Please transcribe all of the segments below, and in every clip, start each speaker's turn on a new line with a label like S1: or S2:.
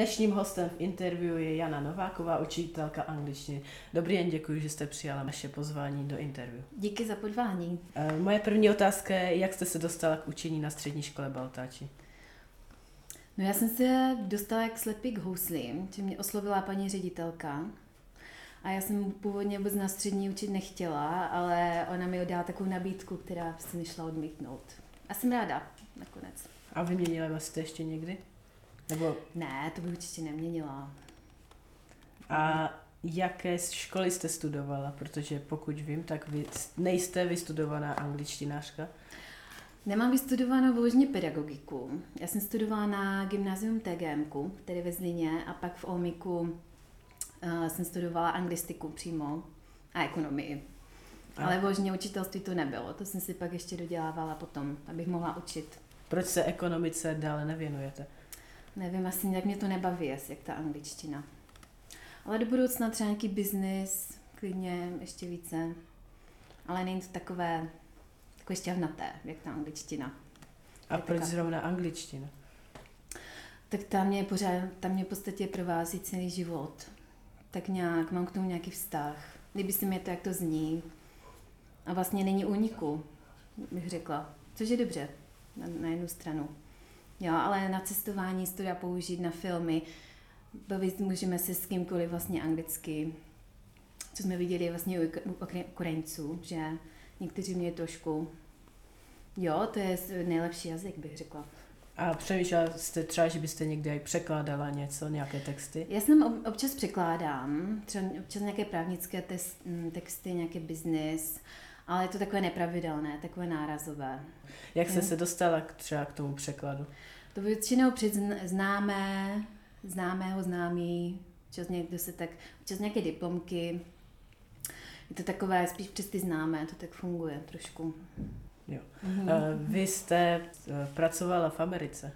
S1: Dnešním hostem v interview je Jana Nováková, učitelka angličtiny. Dobrý den, děkuji, že jste přijala naše pozvání do interview.
S2: Díky za pozvání.
S1: Moje první otázka je, jak jste se dostala k učení na střední škole Baltáči?
S2: No já jsem se dostala jak slepý k houslím, že mě oslovila paní ředitelka. A já jsem původně vůbec na střední učit nechtěla, ale ona mi dala takovou nabídku, která se nešla odmítnout. A jsem ráda nakonec.
S1: A vyměnila jste ještě někdy? Nebo...
S2: Ne, to bych určitě neměnila.
S1: A jaké školy jste studovala? Protože pokud vím, tak vy nejste vystudovaná angličtinářka.
S2: Nemám vystudovanou vyloženě pedagogiku. Já jsem studovala na gymnázium TGM, tedy ve Zlíně, a pak v Olmíku jsem studovala anglistiku přímo a ekonomii. Ale vyloženě učitelství to nebylo. To jsem si pak ještě dodělávala potom, abych mohla učit.
S1: Proč se ekonomice dále nevěnujete?
S2: Nevím, asi nějak mě to nebaví, jak ta angličtina. Ale do budoucna třeba nějaký biznis, klidně ještě více. Ale není to takové šťavnaté, jak ta angličtina.
S1: A proč zrovna angličtina?
S2: Tak tam mě v podstatě provází celý život. Tak nějak, mám k tomu nějaký vztah. Líbí se mi to, jak to zní. A vlastně není úniku, bych řekla. Což je dobře, na jednu stranu. Jo, ale na cestování se to dá použít, na filmy. Bavit můžeme se s kýmkoliv vlastně anglicky. Co jsme viděli vlastně u Ukrajinců, že někteří měli trošku. Jo, to je nejlepší jazyk, bych řekla.
S1: A přemýšlela jste třeba, že byste někde i překládala něco, nějaké texty?
S2: Já jsem občas překládám, třeba občas nějaké právnické texty, nějaký biznis, ale je to takové nepravidelné, takové nárazové.
S1: Jak jste se dostala třeba k tomu překladu?
S2: To většinou před známý, občas nějaké diplomky. Je to takové, spíš přes ty známé, to tak funguje trošku.
S1: Jo. Vy jste pracovala v Americe?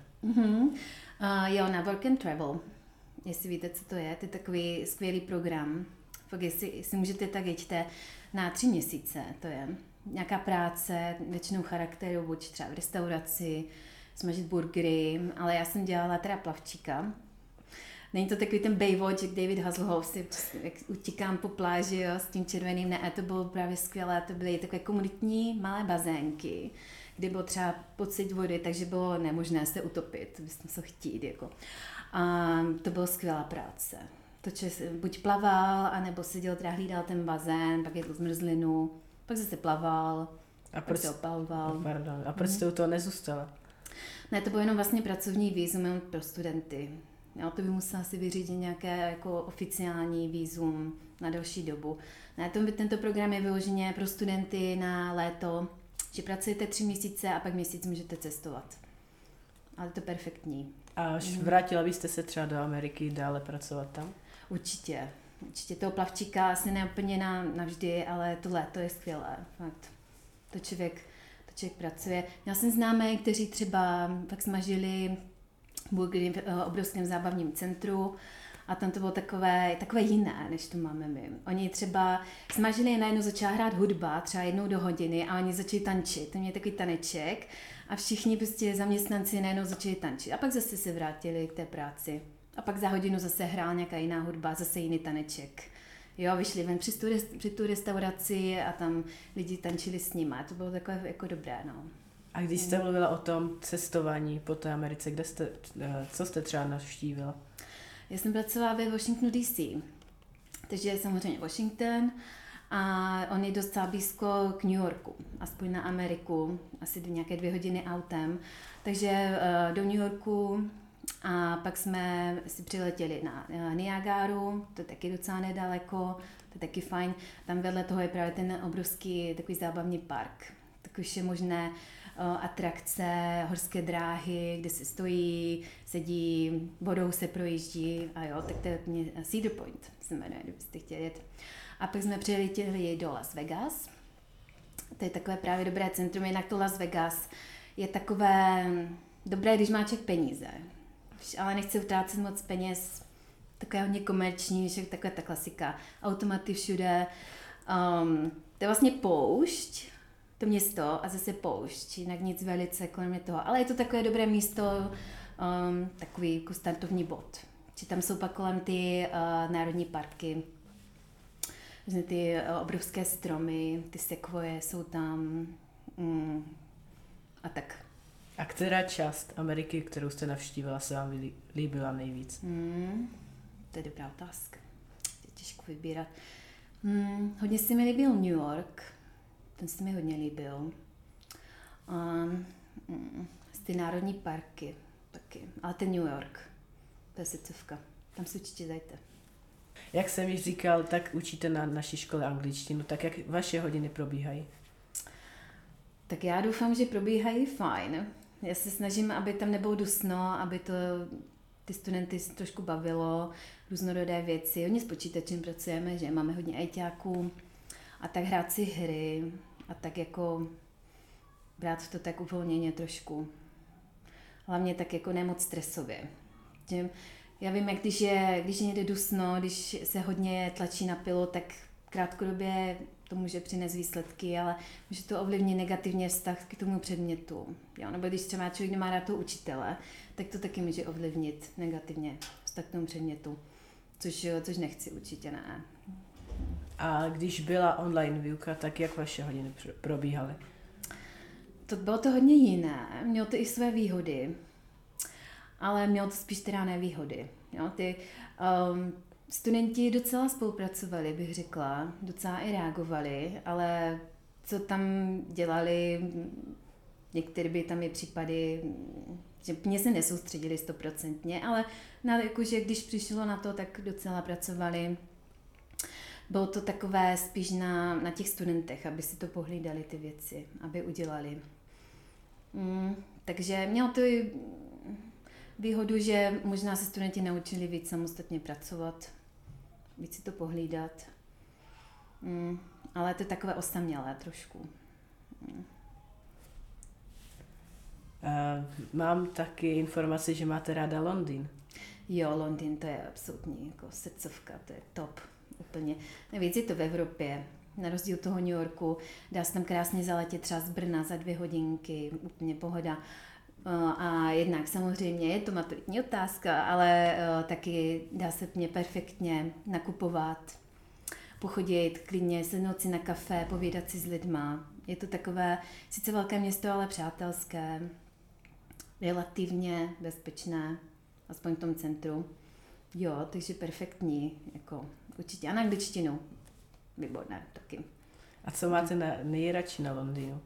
S2: Jo, na Work and Travel. Jestli víte, co to je takový skvělý program. Pak jestli můžete, tak jeďte na 3 měsíce, to je. Nějaká práce, většinou charakteru, buď třeba v restauraci, smažit burgery, ale já jsem dělala teda plavčíka. Není to takový ten Baywatch, jak David Hasselhoff, jak utíkám po pláži, jo, s tím červeným, ne, to bylo právě skvělé, to byly takové komunitní malé bazénky, kde bylo třeba pocit vody, takže bylo nemožné se utopit, byste se chtít, jako. A to byla skvělá práce. To člověk buď plaval, anebo seděl, teda hlídal ten bazén, pak jedl zmrzlinu, pak zase plaval, pak se opaloval.
S1: Pardon, a proč jste u toho nezůstala? Ne,
S2: to bylo jenom vlastně pracovní vízum pro studenty. Jo, to by musela si vyřídit nějaké jako oficiální vízum na další dobu. Tento program je vyloženě pro studenty na léto, že pracujete 3 měsíce a pak měsíc můžete cestovat. Ale je to perfektní.
S1: A až vrátila byste se třeba do Ameriky dále pracovat tam?
S2: Určitě. Toho plavčíka asi ne úplně navždy, ale to léto je skvělé. Fakt. To člověk pracuje. Já jsem známé, kteří třeba tak smažili burgery v obrovském zábavním centru a tam to bylo takové jiné, než to máme my. Oni třeba smažili a najednou začala hrát hudba, třeba 1 hodiny a oni začali tančit. To měli takový taneček a všichni prostě zaměstnanci najednou začali tančit. A pak zase se vrátili k té práci. A pak za hodinu zase hrál nějaká jiná hudba, zase jiný taneček. Jo, vyšli ven při tu restauraci a tam lidi tančili s nimi. To bylo takové jako dobré, no.
S1: A když jste mluvila o tom cestování po té Americe, co jste třeba navštívila?
S2: Já jsem pracovala ve Washingtonu DC, takže je samozřejmě Washington a on je docela blízko k New Yorku, aspoň na Ameriku, asi nějaké 2 hodiny autem. Takže do New Yorku a pak jsme si přiletěli na Niagaru, to je taky docela nedaleko, to je taky fajn. Tam vedle toho je právě ten obrovský takový zábavní park. Tak už je možné atrakce, horské dráhy, kde se stojí, sedí, vodou se projíždí a jo, tak to je Cedar Point se jmenuje, kdybyste chtěli jet. A pak jsme přiletěli do Las Vegas. To je takové právě dobré centrum, jinak to Las Vegas je takové dobré, když má člověk peníze. Ale nechce utrácet moc peněz, takové hodně komerční, že takové ta klasika. Automaty všude. To je vlastně poušť, to město a zase poušť, jinak nic velice kolem toho. Ale je to takové dobré místo, takový jako startovní bod. že tam jsou pak kolem ty národní parky, ty obrovské stromy, ty sekvoje jsou tam a tak.
S1: A která část Ameriky, kterou jste navštívila, se vám líbila nejvíc?
S2: To je dobrá otázka. Je těžko vybírat. Hodně se mi líbil New York. Ten se mi hodně líbil. Ty národní parky taky. Ale ten New York, to je srdcovka. Tam se určitě zajďte.
S1: Jak jsem již říkal, tak učíte na naší škole angličtinu. Tak jak vaše hodiny probíhají?
S2: Tak já doufám, že probíhají fajn. Já se snažím, aby tam nebylo dusno, aby to ty studenty trošku bavilo, různorodé věci. Hodně s počítačem pracujeme, že máme hodně ajťáků a tak hrát si hry a tak jako brát to tak uvolněně trošku. Hlavně tak jako nemoc stresově. Já vím, jak když je někde dusno, když se hodně tlačí na pilu, tak krátkodobě to může přinést výsledky, ale může to ovlivnit negativně vztah k tomu předmětu. Jo? Nebo když třeba člověk nemá rád toho učitele, tak to taky může ovlivnit negativně vztah k tomu předmětu, což nechci, určitě ne.
S1: A když byla online výuka, tak jak vaše hodiny probíhaly?
S2: Bylo to hodně jiné, mělo to i své výhody, ale mělo to spíš teda nevýhody. Jo? Ty studenti docela spolupracovali, bych řekla, docela i reagovali, ale co tam dělali, některé by tam je případy, že mě se nesoustředili 100%, ale jakože když přišlo na to, tak docela pracovali. Bylo to takové spíš na těch studentech, aby si to pohlídali ty věci, aby udělali. Takže mělo to i výhodu, že možná se studenti naučili víc samostatně pracovat, víc si to pohlídat. Ale to je takové osamělé trošku.
S1: Mám taky informaci, že máte ráda Londýn.
S2: Jo, Londýn, to je absolutní jako srdcovka, to je top. Úplně. Navíc je to v Evropě, na rozdíl toho New Yorku, dá se tam krásně zaletět třeba z Brna za 2 hodinky, úplně pohoda. A jednak samozřejmě je to maturitní otázka, ale taky dá se mě perfektně nakupovat, pochodit, klidně sednout si na kafe, povídat si s lidma. Je to takové, sice velké město, ale přátelské, relativně bezpečné, aspoň v tom centru. Jo, takže perfektní, jako určitě. A na angličtinu, výborné taky.
S1: A co máte nejradši na Londýnu?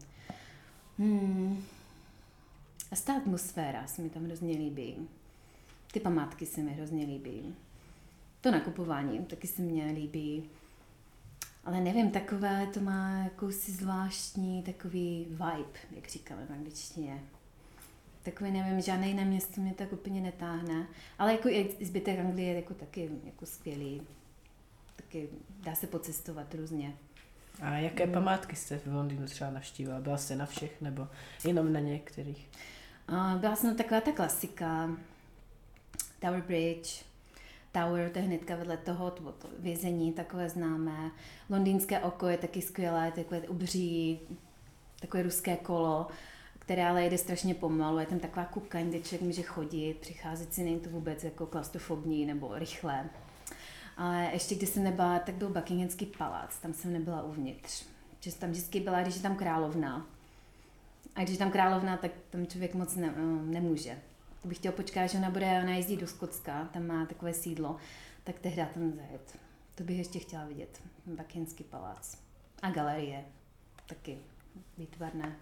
S2: A ta atmosféra se mi tam hrozně líbí. Ty památky se mi hrozně líbí. To nakupování taky se mně líbí. Ale nevím, takové to má jakousi zvláštní takový vibe, jak říkáme v angličtině. Takový, nevím, žádné jiné město mě tak úplně netáhne. Ale jako i zbytek Anglie je jako taky jako skvělý. Taky dá se pocestovat různě.
S1: A jaké památky jste v Londýnu třeba navštívila? Byla jste na všech nebo jenom na některých?
S2: Byla jsem taková ta klasika. Tower Bridge. Tower, to je hnedka vedle toho, to vězení, takové známé. Londýnské oko je taky skvělé, takové obří, takové ruské kolo, které ale jede strašně pomalu. Je tam taková kukaň, kde člověk může chodit, přicházet si, není to vůbec jako klaustrofobní nebo rychlé. Ale ještě když jsem nebyla, tak byl Buckinghamský palác, tam jsem nebyla uvnitř. Že tam vždycky byla, když je tam královna. A když je tam královna, tak tam člověk moc nemůže. To bych chtěl počkat, až ona jezdí do Skotska, tam má takové sídlo, tak tehdy tam zajet. To bych ještě chtěla vidět, Buckinghamský palác. A galerie, taky výtvarné.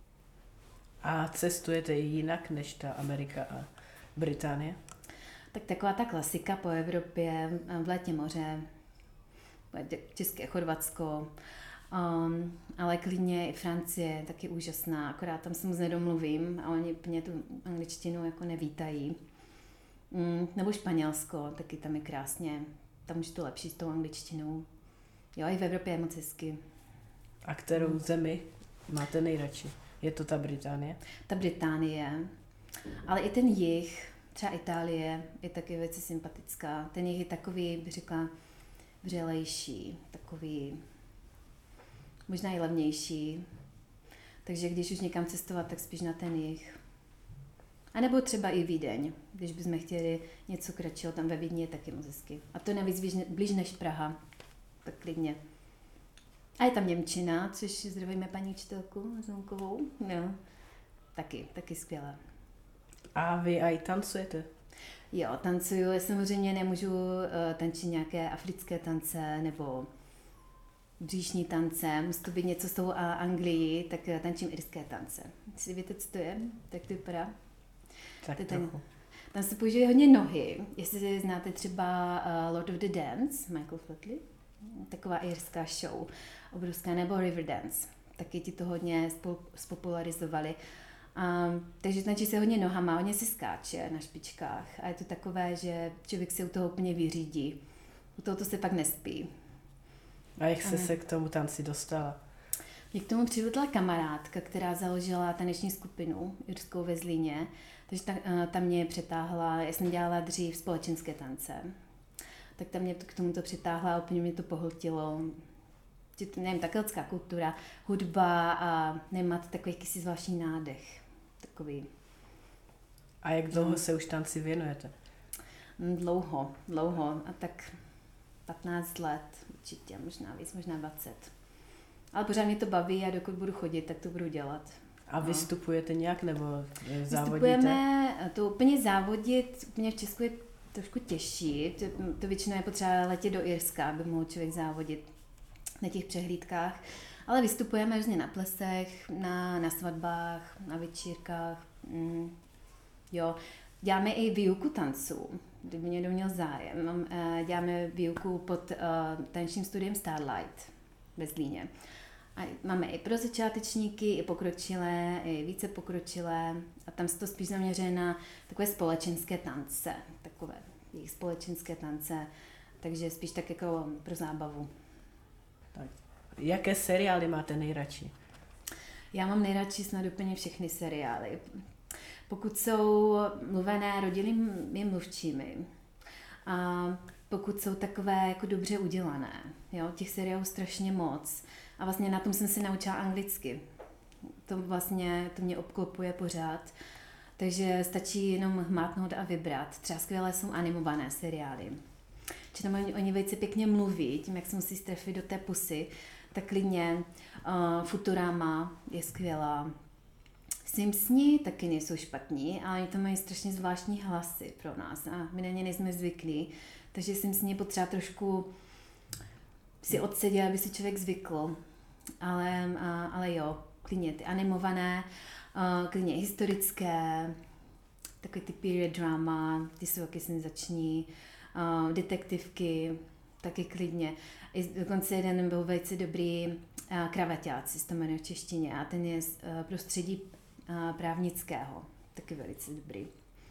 S1: A cestujete jinak než ta Amerika a Británie?
S2: Tak taková ta klasika po Evropě, v létě moře, České, Chorvatsko, ale klidně i Francie, taky úžasná, akorát tam se moc nedomluvím a oni mě tu angličtinu jako nevítají. Nebo Španělsko, taky tam je krásně, tam už to lepší s tou angličtinou. Jo, i v Evropě je moc hezky.
S1: A kterou zemi máte nejradši? Je to ta Británie?
S2: Ta Británie, ale i ten jih, třeba Itálie, je taky velice sympatická. Ten jih je takový, bych řekla, vřelejší, takový možná i levnější. Takže když už někam cestovat, tak spíš na ten jih. A nebo třeba i Vídeň, když bychom chtěli něco kratšího, tam ve Vídni je taky moc hezky. A to navíc blíž než Praha, tak klidně. A je tam němčina, což zdravíme paní učitelku Zunkovou. No, taky skvělá.
S1: A vy aj tancujete?
S2: Jo, tancuju, já samozřejmě nemůžu tančit nějaké africké tance nebo bříšní tance, musí to být něco s tou Anglii, tak tančím irské tance. Jestli víte, co to je, tak to vypadá.
S1: Tak trochu.
S2: Tam se používají hodně nohy, jestli znáte třeba Lord of the Dance, Michael Flatley, taková irská show, obrovská, nebo Riverdance, taky ti to hodně spopularizovali. Takže tančí se hodně nohama, hodně se skáče na špičkách a je to takové, že člověk se u toho úplně vyřídí. U toho to se pak nespí.
S1: A jak jste se k tomu tanci dostala?
S2: Mě k tomu přivedla kamarádka, která založila taneční skupinu irskou ve Zlíně, takže ta mě přetáhla, já jsem dělala dřív společenské tance, tak ta mě k tomuto přitáhla a úplně mě to pohltilo. Nevím, ta keltská kultura, hudba a nemat takový jakýsi zvláštní nádech. Takový.
S1: A jak dlouho se už tanci věnujete?
S2: Dlouho. A tak 15 let určitě, možná víc, možná 20. Ale pořád mě to baví a dokud budu chodit, tak to budu dělat.
S1: A vystupujete nějak nebo závodíte?
S2: Vystupujeme, to úplně závodit, úplně v Česku je trošku těžší. To většinou je potřeba letět do Irska, aby mohl člověk závodit na těch přehlídkách. Ale vystupujeme různě na plesech, na svatbách, na večírkách. Jo. Děláme i výuku tanců, kdyby někdo měl zájem. Děláme výuku pod tanečním studiem Starlight ve Zlíně. A máme i pro začátečníky, i pokročilé, i více pokročilé. A tam se to spíš zaměřuje na takové společenské tance, takové jejich společenské tance, takže spíš tak jako pro zábavu.
S1: Tak. Jaké seriály máte nejradši?
S2: Já mám nejradši snad úplně všechny seriály. Pokud jsou mluvené rodilými mluvčími, a pokud jsou takové jako dobře udělané, jo, těch seriálů strašně moc. A vlastně na tom jsem se naučila anglicky. To mě obklopuje pořád. Takže stačí jenom hmátnout a vybrat. Třeba skvělé jsou animované seriály. Či tam oni velice pěkně mluví, tím, jak se musí strefit do té pusy, tak klidně. Futurama je skvělá. Simpsoni taky nejsou špatní, ale oni to mají strašně zvláštní hlasy pro nás a my na ně nejsme zvyklí. Takže Simpsoni je potřeba trošku si odsedět, aby si člověk zvykl. Ale jo, klidně ty animované, klidně historické, takové ty period drama, ty jsou taky senzační, detektivky, taky klidně. I dokonce jeden byl velice dobrý, Kravaťáci, se to jmenuje v češtině, a ten je z prostředí právnického, taky velice dobrý.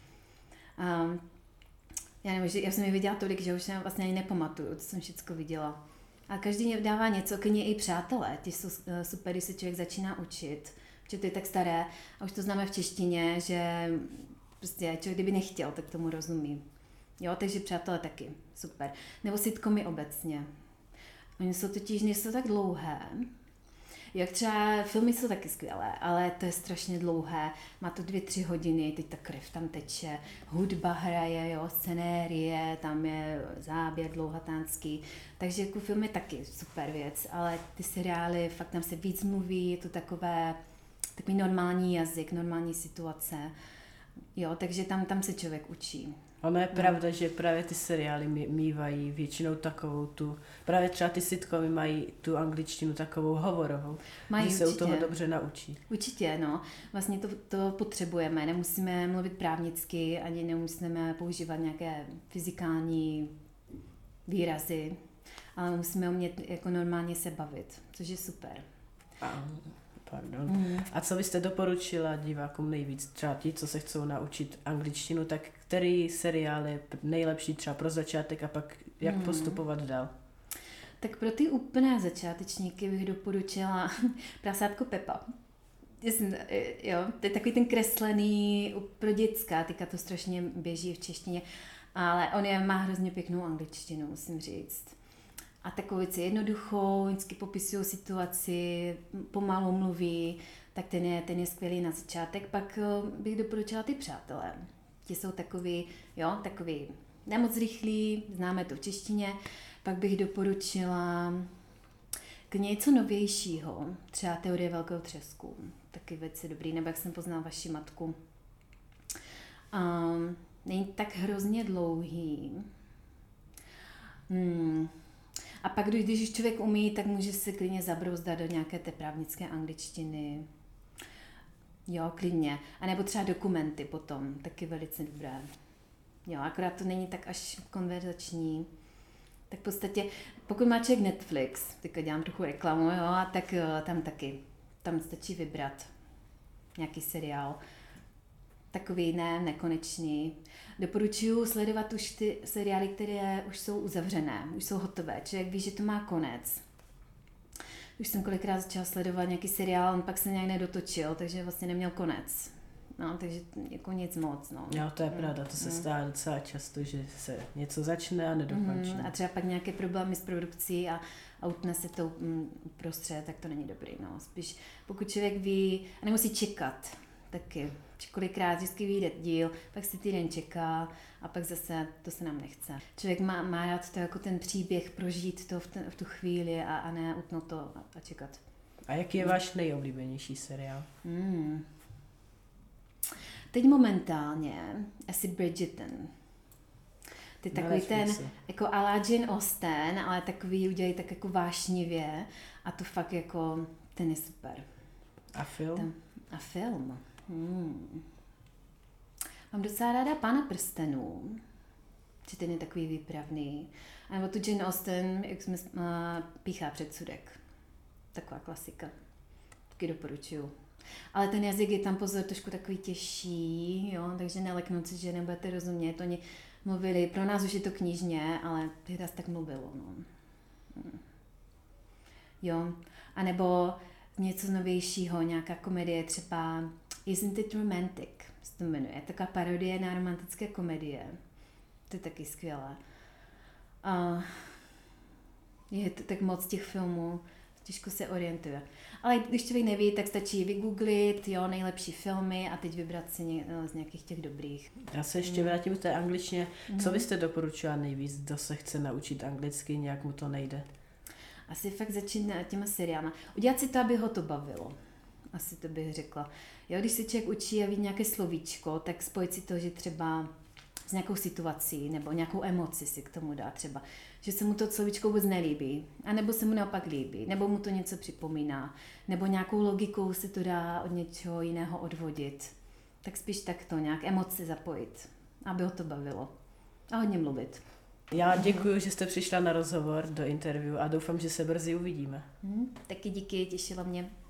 S2: Já nevím, že já jsem je viděla tolik, že už se vlastně ani nepamatuju, co jsem všechno viděla. A každý dává něco, klidně i přátelé, ti jsou super, když se člověk začíná učit, protože to je tak staré a už to známe v češtině, že prostě člověk, kdyby nechtěl, tak tomu rozumí. Jo, takže přátelé taky, super. Nebo sitcomy obecně. Oni jsou totiž, nejsou tak dlouhé. Jak třeba filmy jsou taky skvělé, ale to je strašně dlouhé. Má to 2-3 hodiny, teď ta krev tam teče, hudba hraje, jo, scenérie, tam je záběr dlouhatánský. Takže jako film je taky super věc, ale ty seriály, fakt tam se víc mluví, je to takový normální jazyk, normální situace. Jo, takže tam se člověk učí.
S1: Ono je pravda, že právě ty seriály mývají většinou takovou právě třeba ty sitcomy mají tu angličtinu takovou hovorovou,
S2: mají
S1: že se u toho dobře naučí.
S2: Určitě, no. Vlastně to potřebujeme, nemusíme mluvit právnicky, ani nemusíme používat nějaké fyzikální výrazy, ale musíme umět jako normálně se bavit, což je super.
S1: Pardon. A co byste doporučila divákům nejvíc? Třeba ti, co se chcou naučit angličtinu, tak který seriál je nejlepší třeba pro začátek a pak jak postupovat dál?
S2: Tak pro ty úplné začátečníky bych doporučila Prasátko Pepa. Jo, to je takový ten kreslený pro děcka, teďka to strašně běží v češtině, ale on má hrozně pěknou angličtinu, musím říct. A takovou věc jednoduchou, vždycky popisují situaci, pomalu mluví, tak ten je skvělý na začátek. Pak bych doporučila Ty přátelé. Ti jsou takový nemoc rychlí, známe to v češtině. Pak bych doporučila k něco novějšího, třeba Teorie velkého třesku. Taky věci dobrý, nebo Jak jsem poznal vaši matku. Není tak hrozně dlouhý. A pak, když už člověk umí, tak může se klidně zabrouzdat do nějaké té právnické angličtiny. Jo, klidně. A nebo třeba dokumenty potom, taky velice dobré. Jo, akorát to není tak až konverzační. Tak v podstatě, pokud má člověk Netflix, teďka dělám trochu reklamu, jo, a tak tam stačí vybrat nějaký seriál. Takový nekonečný. Doporučuji sledovat už ty seriály, které už jsou uzavřené, už jsou hotové. Člověk ví, že to má konec. Už jsem kolikrát začala sledovat nějaký seriál, on pak se nějak nedotočil, takže vlastně neměl konec. No, takže jako nic moc, no.
S1: Jo, to je pravda, to se stává docela často, že se něco začne a nedokončí.
S2: A třeba pak nějaké problémy s produkcí a utne se to uprostřed, tak to není dobrý, no. Spíš pokud člověk ví a nemusí čekat, taky. Kolikrát vždycky vyjde díl, pak si týden čeká a pak zase to se nám nechce. Člověk má rád to jako ten příběh, prožít to v tu chvíli a ne utnout to a čekat.
S1: A jaký je váš nejoblíbenější seriál?
S2: Teď momentálně asi Bridgerton. Ty takový ten, jako à la Jane Austen, ale takový udělají tak jako vášnivě a to fakt jako, ten je super.
S1: A film?
S2: A film? Mám docela ráda Pána prstenů, že ten je takový výpravný. A nebo tu Jane Austen, jak jsme Píchá předsudek. Taková klasika. Taky doporučuju. Ale ten jazyk je tam pozor trošku takový těžší, jo, takže neleknout si, že nebudete rozumět. Oni mluvili, pro nás už je to knižně, ale tehdy tak mluvilo, no. Jo, a nebo něco novějšího, nějaká komedie, třeba Isn't it Romantic, se to jmenuje, taková parodie na romantické komedie. To je taky skvělé. Je to tak moc těch filmů, těžko se orientuje. Ale když člověk neví, tak stačí vygooglit, jo, nejlepší filmy a teď vybrat si z nějakých těch dobrých.
S1: Já se ještě vrátím k té angličtině. Co byste doporučila nejvíc, kdo se chce naučit anglicky, nějak mu to nejde?
S2: Asi fakt začít těma seriálma. Udělat si to, aby ho to bavilo. Asi to bych řekla. Jo, když se člověk učí a ví nějaké slovíčko, tak spojit si to, že třeba s nějakou situací nebo nějakou emoci si k tomu dá třeba. Že se mu to slovíčko vůbec nelíbí, anebo se mu naopak líbí, nebo mu to něco připomíná, nebo nějakou logikou se to dá od něčeho jiného odvodit. Tak spíš takto, nějak emoci zapojit, aby ho to bavilo. A hodně mluvit.
S1: Já děkuji, že jste přišla na rozhovor do interview a doufám, že se brzy uvidíme.
S2: Taky díky, těšilo mě.